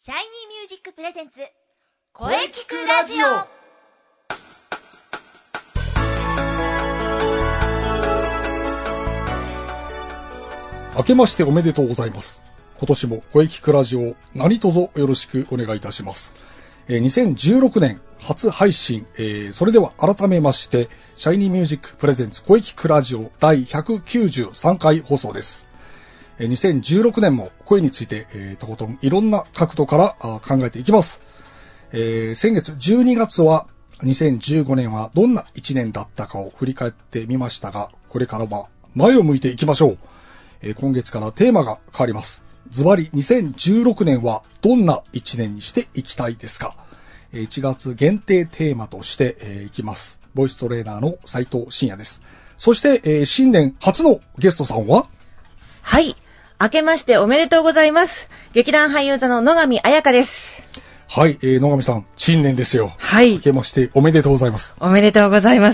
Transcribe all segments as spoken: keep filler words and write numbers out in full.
シャイニーミュージックプレゼンツ声聞くラジオ。 明けましておめでとうございます。今年も声聞くラジオ何卒よろしくお願いいたします。えー、にせんじゅうろくねん初配信、えー、それでは改めましてシャイニーミュージックプレゼンツ声聞くラジオ第ひゃくきゅうじゅうさんかい放送です。えー、にせんじゅうろくねんも声について、えー、とことんいろんな角度からあ考えていきます。えー、先月じゅうにがつはにせんじゅうごねんはどんないちねんだったかを振り返ってみましたが、これからは前を向いていきましょう。えー、今月からテーマが変わります。ズバリにせんじゅうろくねんはどんないちねんにしていきたいですか。いちがつ限定テーマとして、えー、いきます。ボイストレーナーの斉藤真也です。そして、えー、新年初のゲストさんは、 はい、明けましておめでとうございます。劇団俳優座の野上彩香です。 はい、えー、野上さん、新年ですよ。 はい。 明けましておめでとうございます。 おめでとうございます。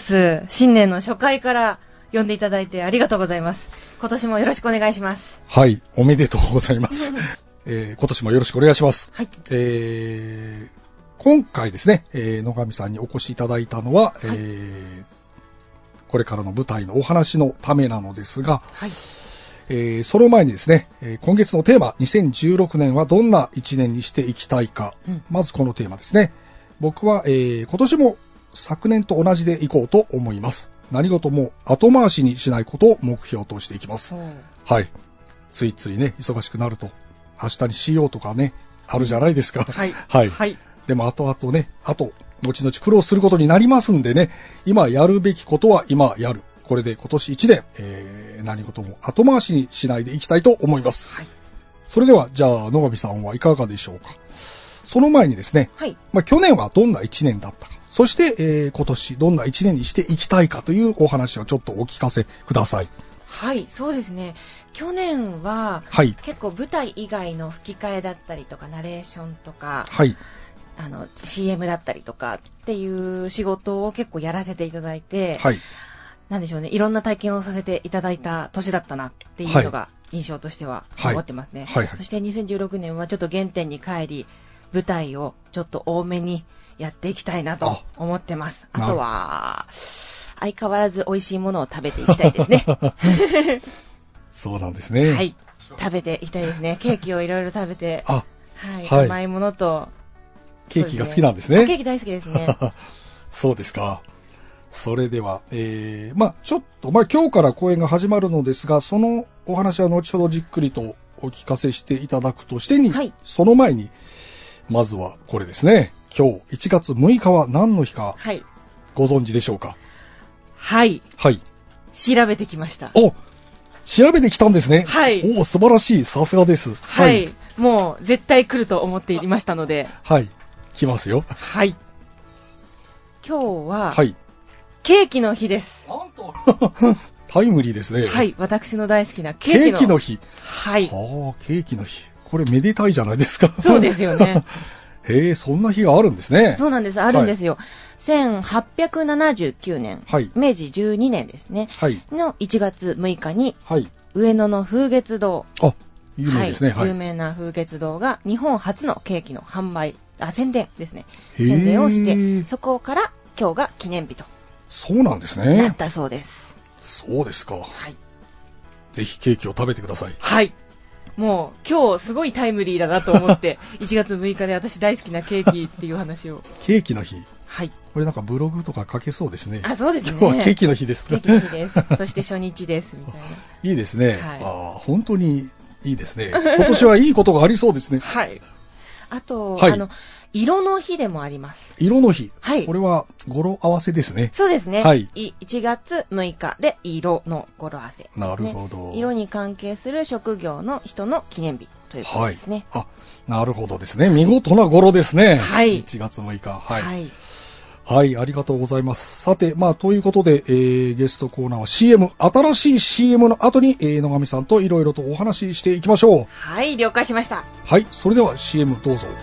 新年の初回から呼んでいただいてありがとうございます。今年もよろしくお願いします。 はい、おめでとうございます。えー、今年もよろしくお願いします。 はい。 えー、今回ですね、えー、野上さんにお越しいただいたのは、はい、えー、これからの舞台のお話のためなのですが、 はい。 えー、その前にですね、えー、今月のテーマにせんじゅうろくねんはどんないちねんにしていきたいか、うん、まずこのテーマですね。僕は、えー、今年も昨年と同じでいこうと思います。何事も後回しにしないことを目標としていきます。はい。ついついね、忙しくなると明日にしようとかね、あるじゃないですか。 はい。 はい。 はい、 でも後々ね、あと後々苦労することになりますんでね、今やるべきことは今やる。これで今年いちねん、えー、何事も後回しにしないでいきたいと思います。はい。それでは、じゃあ、野上さんはいかがでしょうか。その前にですね、 はい。 まあ、去年はどんないちねんだったか、そして、えー、今年どんないちねんにしていきたいかというお話をちょっとお聞かせください。 はい、そうですね。去年は、はい、結構舞台以外の吹き替えだったりとか、ナレーションとか、 はい。 あの、シーエム だったりとかっていう仕事を結構やらせていただいて、 はい。 なんでしょうね、いろんな体験をさせていただいた年だったなっていうのが印象としては残ってますね。 はいはいはい、そしてにせんじゅうろくねんはちょっと原点に帰り、舞台をちょっと多めにやっていきたいなと思ってます。あ, あとは、相変わらず美味しいものを食べていきたいですね。 そうなんですね。 はい。食べていきたいですね。ケーキをいろいろ食べて、 あ、 はい、はい、甘いものと、 ケーキが好きなんですね。 ケーキ大好きですね。 そうですか。それでは、えー、まあちょっと、まあ今日から公演が始まるのですが、そのお話は後ほどじっくりとお聞かせしていただくとしてに、はい、その前に、まずはこれですね。今日いちがつむいかは何の日か、はい、ご存知でしょうか。 はい。 はい。 調べてきました。 お、調べてきたんですね。 はい。 お、素晴らしい。さすがです。 はい。はい、もう絶対来ると思っていましたので。 はい。来ますよ。 はい。今日は、 はい。 ケーキの日です。 なんとタイムリーですね。 はい、私の大好きなケーキの。 ケーキの日。 はい。 はあ、ケーキの日。これめでたいじゃないですか。 そうですよね。 へえ、そんな日があるんですね。 そうなんです、あるんですよ。はい、せんはっぴゃくななじゅうきゅうねん、はい、めいじじゅうにねんですね。はい。のいちがつむいかに、はい、上野の風月堂。 あ、有名ですね。 はい。有名な風月堂が日本初のケーキの販売、あ、宣伝ですね。宣伝をして、そこから今日が記念日と。 そうなんですね。 なったそうです。 そうですか。 はい。 ぜひケーキを食べてください。 はい。もう今日すごいタイムリーだなと思っていちがつむいかで私大好きなケーキっていう話を。 ケーキの日。 はい。 これなんかブログとか書けそうですね。 あ、そうですね。 今日はケーキの日です。 ケーキの日です。そして初日ですみたいな。 いいですね。はい、あ、本当にいいですね。今年はいいことがありそうですね。 はい。あと、はい、あの色の日でもあります。 色の日。 はい。 これは語呂合わせですね。 そうですね。 はい。 いちがつむいかで色の語呂合わせ、ね。 なるほど。 色に関係する職業の人の記念日ということですね。 はい。あ、なるほどですね。見事な語呂ですね。 はい。 いちがつむいか。はい。 はい。 はい、ありがとうございます。さて、まあ、ということで、えー、ゲストコーナーは シーエム、新しい シーエム の後に、えー、野上さんといろいろとお話ししていきましょう。 はい、了解しました。 はい、それでは シーエム どうぞ。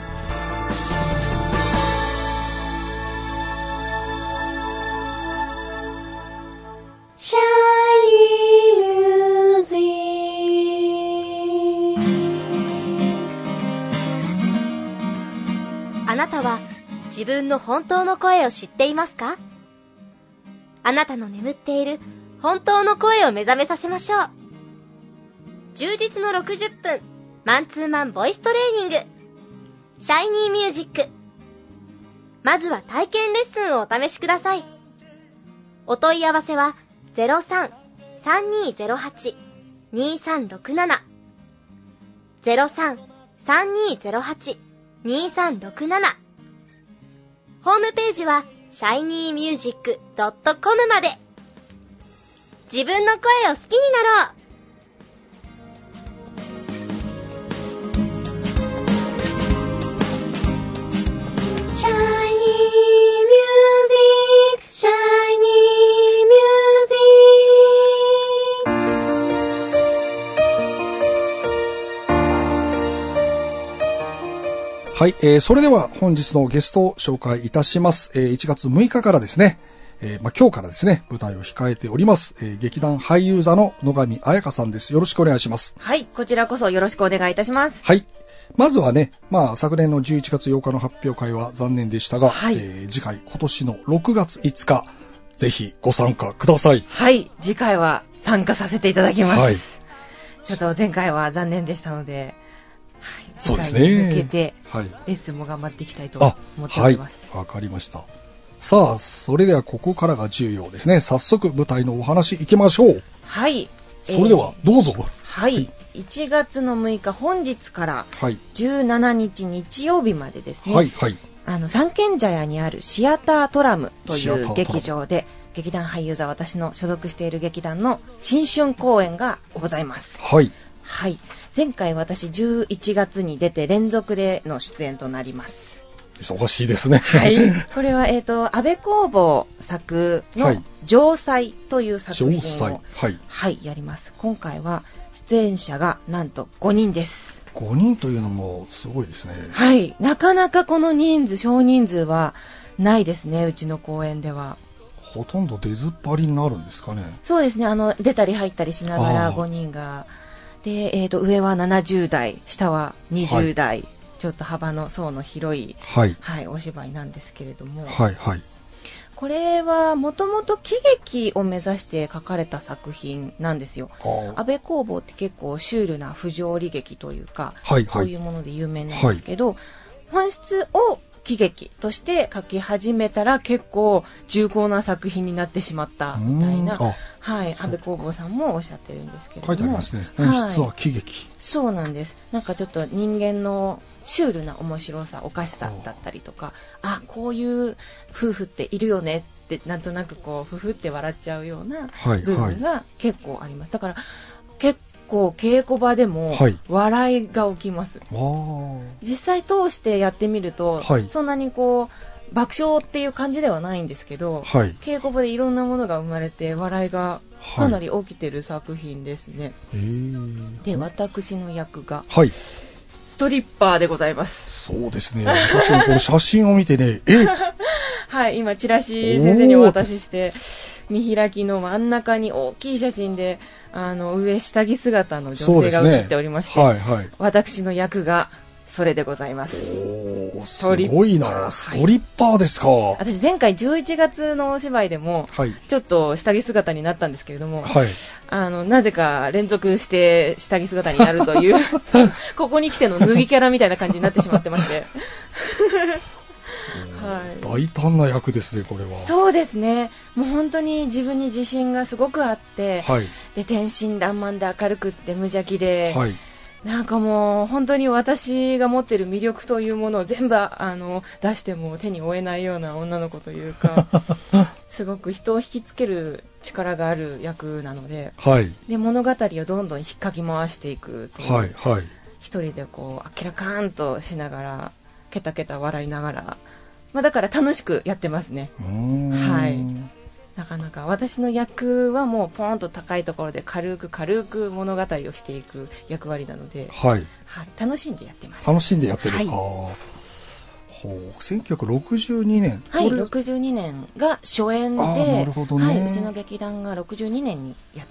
シャイニーミュージックなたは自分の本当の声を知っていますか？あなたの眠っている本当の声を目覚めさせましょう。充実のろくじゅっぷんマンツーマンボイストレーニング、シャイニーミュージック。まずは体験レッスンをお試しください。お問い合わせは ゼロさん さんにーゼロはち にーさんろくなな ゼロさん さんにーゼロはち にーさんろくなな。ホームページは シャイニーミュージックドットコム まで。自分の声を好きになろう。 シャイニーミュージック、シャイニーミュージック。 はい、えー、それでは本日のゲストを紹介いたします。えー、いちがつむいかからですね、えーまあ、今日からですね、舞台を控えております、えー、劇団俳優座の野上彩香さんです。よろしくお願いします。 はい、こちらこそよろしくお願いいたします。 はい。まずはね、まあ、昨年のじゅういちがつようかの発表会は残念でしたが、 はい、 えー、次回今年のろくがついつか、ぜひご参加ください。 はい、次回は参加させていただきます。 はい、 ちょっと前回は残念でしたので、はい、 そうですね。 次回に向けて、 はい、 レッスンも頑張っていきたいと思っております。 はい、わかりました。さあ、それではここからが重要ですね。早速舞台のお話いきましょう。 はい。 それではどうぞ。 えー、はい。はいいちがつのむいか、本日からじゅうしちにち日曜日までですね、 はいはい、 あの三軒茶屋にあるシアタートラムという劇場で、劇団俳優座、私の所属している劇団の新春公演がございます。 はい、 はい、前回私じゅういちがつに出て連続での出演となります。 忙しいですね。 はい、これは、えーと、安部公房作の城塞という作品を、 はいはい、やります。今回は出演者がなんとごにんです。 ごにんというのもすごいですね。 はい、なかなかこの人数、少人数はないですね、うちの公演では。 ほとんど出ずっぱりになるんですかね。 そうですね、あの出たり入ったりしながらごにんがで、えーと、上はななじゅうだい、下はにじゅうだい、はい、ちょっと幅の層の広い、 はいはい、お芝居なんですけれども、 はいはい、 これはもともと喜劇を目指して書かれた作品なんですよ。安部公房って結構シュールな不条理劇というか、はいはい、そういうもので有名なんですけど、はい、本質を喜劇として書き始めたら結構重厚な作品になってしまったみたいな、はい、安部公房さんもおっしゃってるんですけれども、 書いてありますね。本質は喜劇、 はい、そうなんです。なんかちょっと人間のシュールな面白さ、おかしさだったりとか、あ、こういう夫婦っているよねってなんとなくこうふふって笑っちゃうような部分が結構あります。だから結構稽古場でも笑いが起きます。はい、実際通してやってみると、はい、そんなにこう爆笑っていう感じではないんですけど、はい、稽古場でいろんなものが生まれて笑いがかなり起きてる作品ですね。はい、で、私の役が、はい、ストリッパーでございます。 そうですね。確かにこの写真を見てね、えはい、今チラシ先生にお渡しして、見開きの真ん中に大きい写真で、あの上下着姿の女性が写っておりまして、ね、はいはい、私の役がそれでございます。 おー、すごいな。ストリッパーですか。はい、 私前回じゅういちがつのお芝居でも、はい、ちょっと下着姿になったんですけれども、はい、あのなぜか連続して下着姿になるというここに来ての脱ぎキャラみたいな感じになってしまってましてはい、大胆な役ですね、これは。 そうですね、もう本当に自分に自信がすごくあって、はい、で天真爛漫で明るくって無邪気で、はい、なんかもう本当に私が持っている魅力というものを全部あの出しても手に負えないような女の子というかすごく人を引きつける力がある役なので、はい、で物語をどんどん引っかき回していくという、はいはい、一人でこうあっけらかんとしながらケタケタ笑いながら、まあ、だから楽しくやってますね。うーん、はい、なかなか私の役はもうポーンと高いところで軽く軽く物語をしていく役割なので、はいはい、楽しんでやってます。 楽しんでやってる、はい、ほうせんきゅうひゃくろくじゅうにねん、 はい、ろくじゅうにねんが初演で、なるほどね、はい、うちの劇団がろくじゅうにねんにやって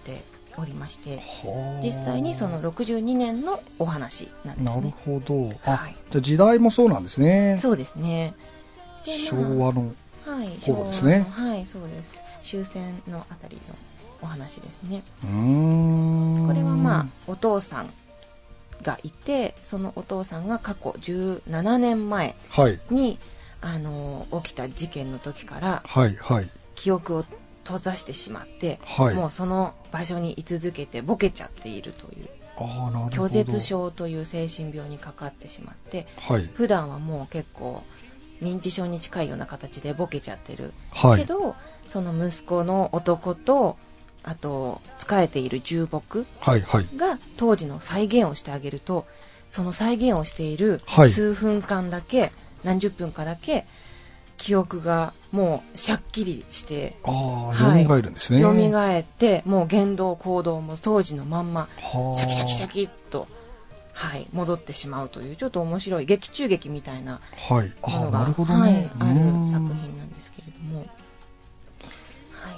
おりまして、実際にそのろくじゅうにねんのお話なんですね。 なるほど。あ、 はい、 じゃあ時代もそうなんですね。 そうですね。 で、まあ、昭和の頃ですね。 はい、そうです。終戦のあたりのお話ですね。 うーん、 これはまあお父さんがいて、そのお父さんが過去じゅうななねんまえに、はい、あの起きた事件の時から、はいはい、記憶を閉ざしてしまって、はい、もうその場所に居続けてボケちゃっているという、あ、なるほど、拒絶症という精神病にかかってしまって、はい、普段はもう結構認知症に近いような形でボケちゃってる、はい、けどその息子の男とあと仕えている重木が当時の再現をしてあげると、その再現をしている数分間だけ、はい、何十分かだけ記憶がもうしゃっきりして、 あ、はい、蘇るんですね。 蘇って、もう言動行動も当時のまんまシャキシャキシャキっと、はい、戻ってしまうという、ちょっと面白い劇中劇みたいなものが、はい、ある作品なんですけれども、はい、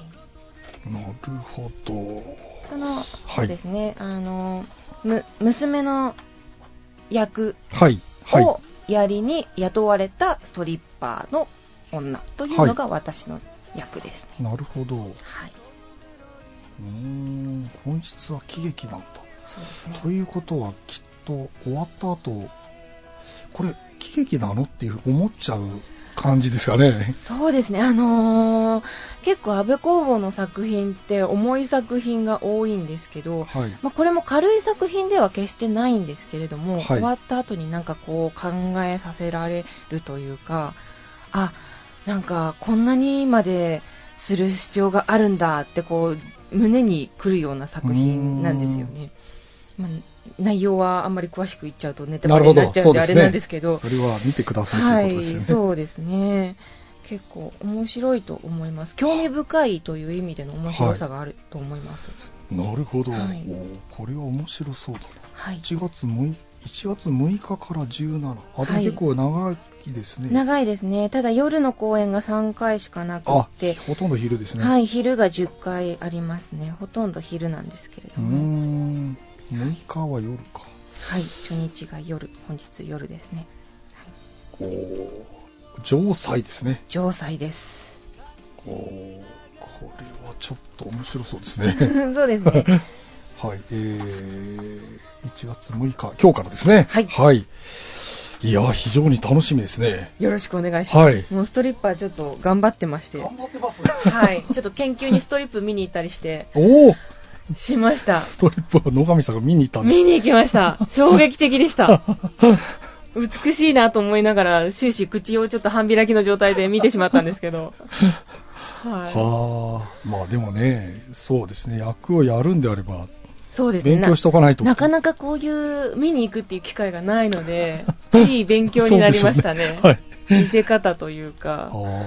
なるほど。 その、はい、そうですね、あのむ娘の役をやりに雇われたストリッパーの女というのが私の役ですね。 はい、なるほど。はい。うーん、本質は喜劇なんだ。 そうですね。 ということはきっと終わった後、これ喜劇なのっていう思っちゃう感じですかね。 そうですね。あのー、結構安部公房の作品って重い作品が多いんですけど、はい、まあ、これも軽い作品では決してないんですけれども、はい、終わった後になんかこう考えさせられるというか、あ、なんかこんなにまでする必要があるんだってこう胸に来るような作品なんですよね。まあ、内容はあんまり詳しく言っちゃうとネタバレになっちゃうんであれなんですけど、 それは見てくださいということですよね。 はい、そうですね。結構面白いと思います。興味深いという意味での面白さがあると思います。 はい、なるほど、はい、お、これは面白そうだな。はい、いちがつむいかからじゅうしちにち、あ、でも結構長いですね。 長いですね。ただ夜の公演がさんかいしかなくて、 ほとんど昼ですね。 はい、昼がじゅっかいありますね。ほとんど昼なんですけれども。うーん、むいかは夜か。 はい、初日が夜、本日夜ですね。 はい、お、城西ですね。 城西です。 お、これはちょっと面白そうですね。 そうですね。 はい、えー、いちがつむいか、今日からですね。 はい。 はい。いや、非常に楽しみですね。 よろしくお願いします。はい。もうストリッパーちょっと頑張ってまして。 頑張ってますね。 はい。ちょっと研究にストリップ見に行ったりして。 おお。 しました。 ストリップは野上さんが見に行ったんです。 見に行きました。衝撃的でした。美しいなと思いながら終始口をちょっと半開きの状態で見てしまったんですけど。はい。はあ、まあでもね、そうですね。役をやるんであれば。 そうですね。 勉強しとかないと。 なかなかこういう見に行くっていう機会がないので、いい勉強になりましたね。ね、はい。見せ方というか。ああ、 はい、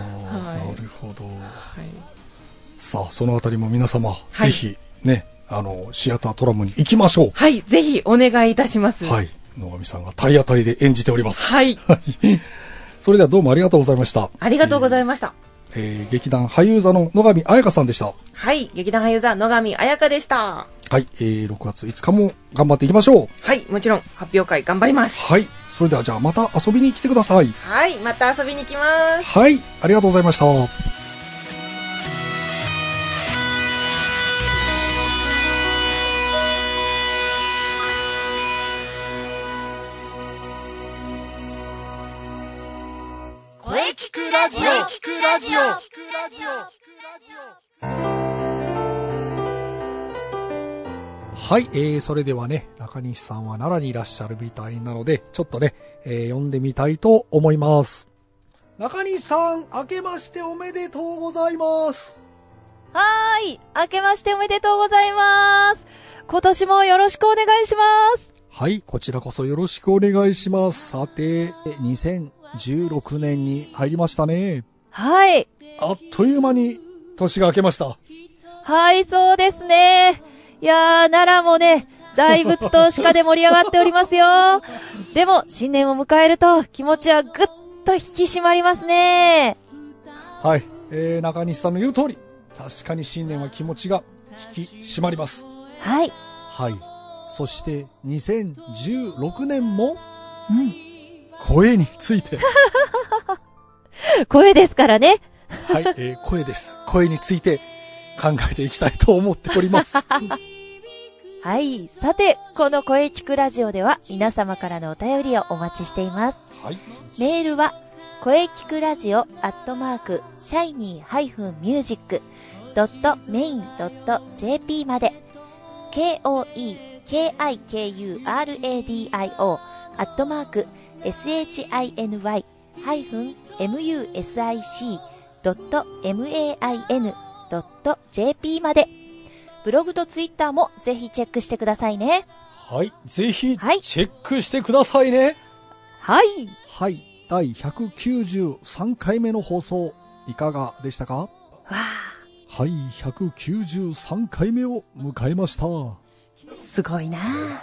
なるほど。はい。さあ、そのあたりも皆様、はい、ぜひね、あのシアタートラムに行きましょう。 はい、ぜひお願いいたします。 はい。野上さんが体当たりで演じております。 はい。 それではどうもありがとうございました。 ありがとうございました。 えー、劇団俳優座の野上彩香さんでした。 はい、劇団俳優座野上彩香でした。 はい、えー、ろくがついつかも頑張っていきましょう。 はい、もちろん発表会頑張ります。 はい、それではじゃあまた遊びに来てください。 はい、また遊びに来ます。 はい、ありがとうございました。 声聞くラジオ、聞くラジオ、聞くラジオ。 はい、えー、それではね、中西さんは奈良にいらっしゃるみたいなので、ちょっとね、えー、読んでみたいと思います。中西さん、明けましておめでとうございます。 はーい、明けましておめでとうございます。今年もよろしくお願いします。 はい、こちらこそよろしくお願いします。さて、にせんじゅうろくねんに入りましたね。 はい。 あっという間に年が明けました。 はい、そうですね。いやー、奈良もね、大仏と鹿で盛り上がっておりますよ。でも、新年を迎えると気持ちはぐっと引き締まりますね。 はい、えー、中西さんの言う通り、確かに新年は気持ちが引き締まります。 はい。 はい。そしてにせんじゅうろくねんも、 うん。 声について。 声ですからね。 はい、えー、声です。声について考えていきたいと思っております。 はい。さて、この声聞くラジオでは皆様からのお便りをお待ちしています。 はい。 メールは、声聞くラジオアットマーク、シャイニー -music ドットメインドットジェーピー まで、ケーオーイーケーアイケーユーアールエーディーアイオー アットマーク、シャイニー -music ドットメインドットジェーピー まで、ブログとツイッターもぜひチェックしてくださいね。 はい。ぜひ、チェックしてくださいね。 はい。 はい。だいひゃくきゅうじゅうさんかいめの放送、いかがでしたか？わー。 はい。ひゃくきゅうじゅうさんかいめを迎えました。 すごいな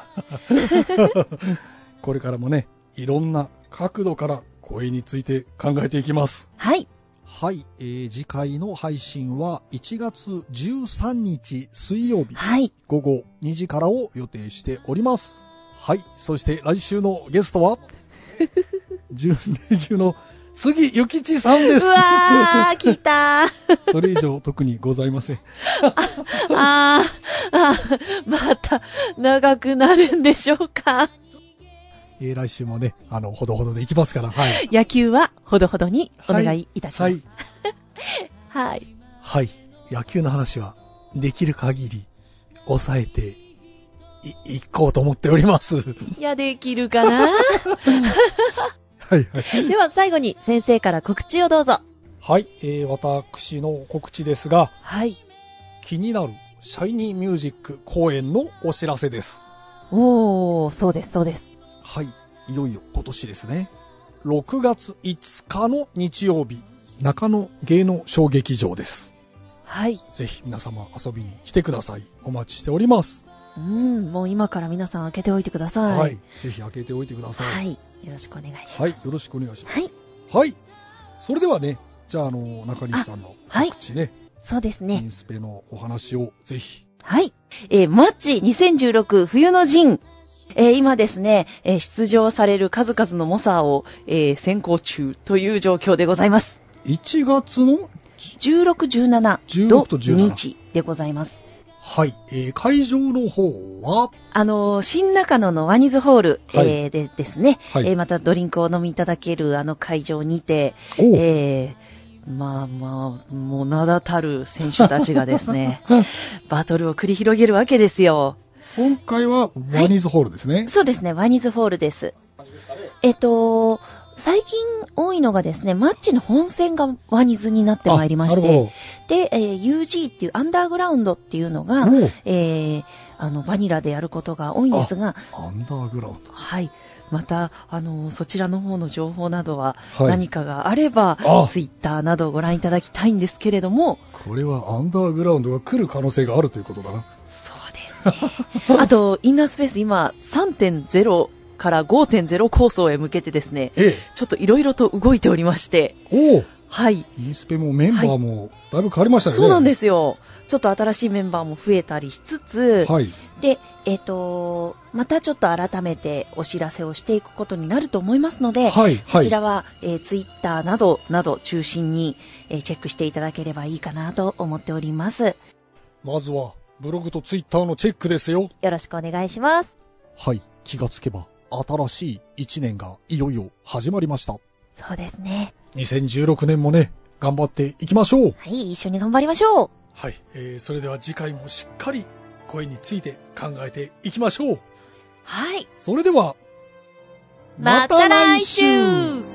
これからもね、いろんな角度から声について考えていきます。 はい。 はい、えー、次回の配信はいちがつじゅうさんにち水曜日、 はい、 午後にじからを予定しております。はい、そして来週のゲストは準レギュの杉ゆきちさんです。 うわー、来たー。 それ以上特にございません。 あーあー、また長くなるんでしょうか。 えー、来週もね、あの、ほどほどでいきますから、はい。 野球はほどほどにお願いいたします。はい。はい。 はい。野球の話は、できる限り、抑えてい、いこうと思っております。 いや、できるかなはいはい。 では、最後に先生から告知をどうぞ。 はい。えー、私の告知ですが、 はい。 気になる、シャイニーミュージック公演のお知らせです。 おー、そうです、そうです。 はい。いよいよ今年ですね。ろくがついつかの日曜日、中野芸能小劇場です。 はい。 ぜひ皆様遊びに来てください。お待ちしております。 うん、もう今から皆さん開けておいてください。 はい。ぜひ開けておいてください。 はい。よろしくお願いします。 はい。よろしくお願いします。 はい。 はい。それではね、じゃあ、あの、中西さんの告知ね。はい、 そうですね。 インスペのお話をぜひ。 はい。えー、マッチにせんじゅうろく冬の陣。えー、今ですね、えー、出場される数々の猛者を、えー、選考中という状況でございます。 いちがつのじゅうろく、じゅうなな土日でございます。 はい、えー、会場の方はあのー、新中野のワニズホール、はい、えー、でですね、はい、えー、またドリンクを飲みいただけるあの会場にて、えー、まあまあ、もう名だたる選手たちがですね、バトルを繰り広げるわけですよ。 今回はワニズホールですね。 はい、そうですね、ワニズホールです。えっと、最近多いのがですね、マッチの本戦がワニズになってまいりまして、で、えー、ユージー っていうアンダーグラウンドっていうのが、えー、あの、バニラでやることが多いんですが、 アンダーグラウンド。 はい。また、あの、そちらの方の情報などは何かがあれば、はい、ツイッターなどをご覧いただきたいんですけれども、 これはアンダーグラウンドが来る可能性があるということだな。 ね、あと、インナースペース今 さんてんゼロ から ごてんゼロ 構想へ向けてですね、ええ、ちょっといろいろと動いておりまして、 おはい。 インスペもメンバーもだいぶ変わりましたね。 そうなんですよ。ちょっと新しいメンバーも増えたりしつつ、はい、で、えっと、またちょっと改めてお知らせをしていくことになると思いますので、はい、そちらは、えー、ツイッターなどなど中心に、えー、チェックしていただければいいかなと思っております。 まずは、ブログとツイッターのチェックですよ。 よろしくお願いします。 はい、気がつけば新しいいちねんがいよいよ始まりました。 そうですね。 にせんじゅうろくねんもね、頑張っていきましょう。 はい、一緒に頑張りましょう。 はい、えー、それでは次回もしっかり声について考えていきましょう。 はい。 それでは、 また来週。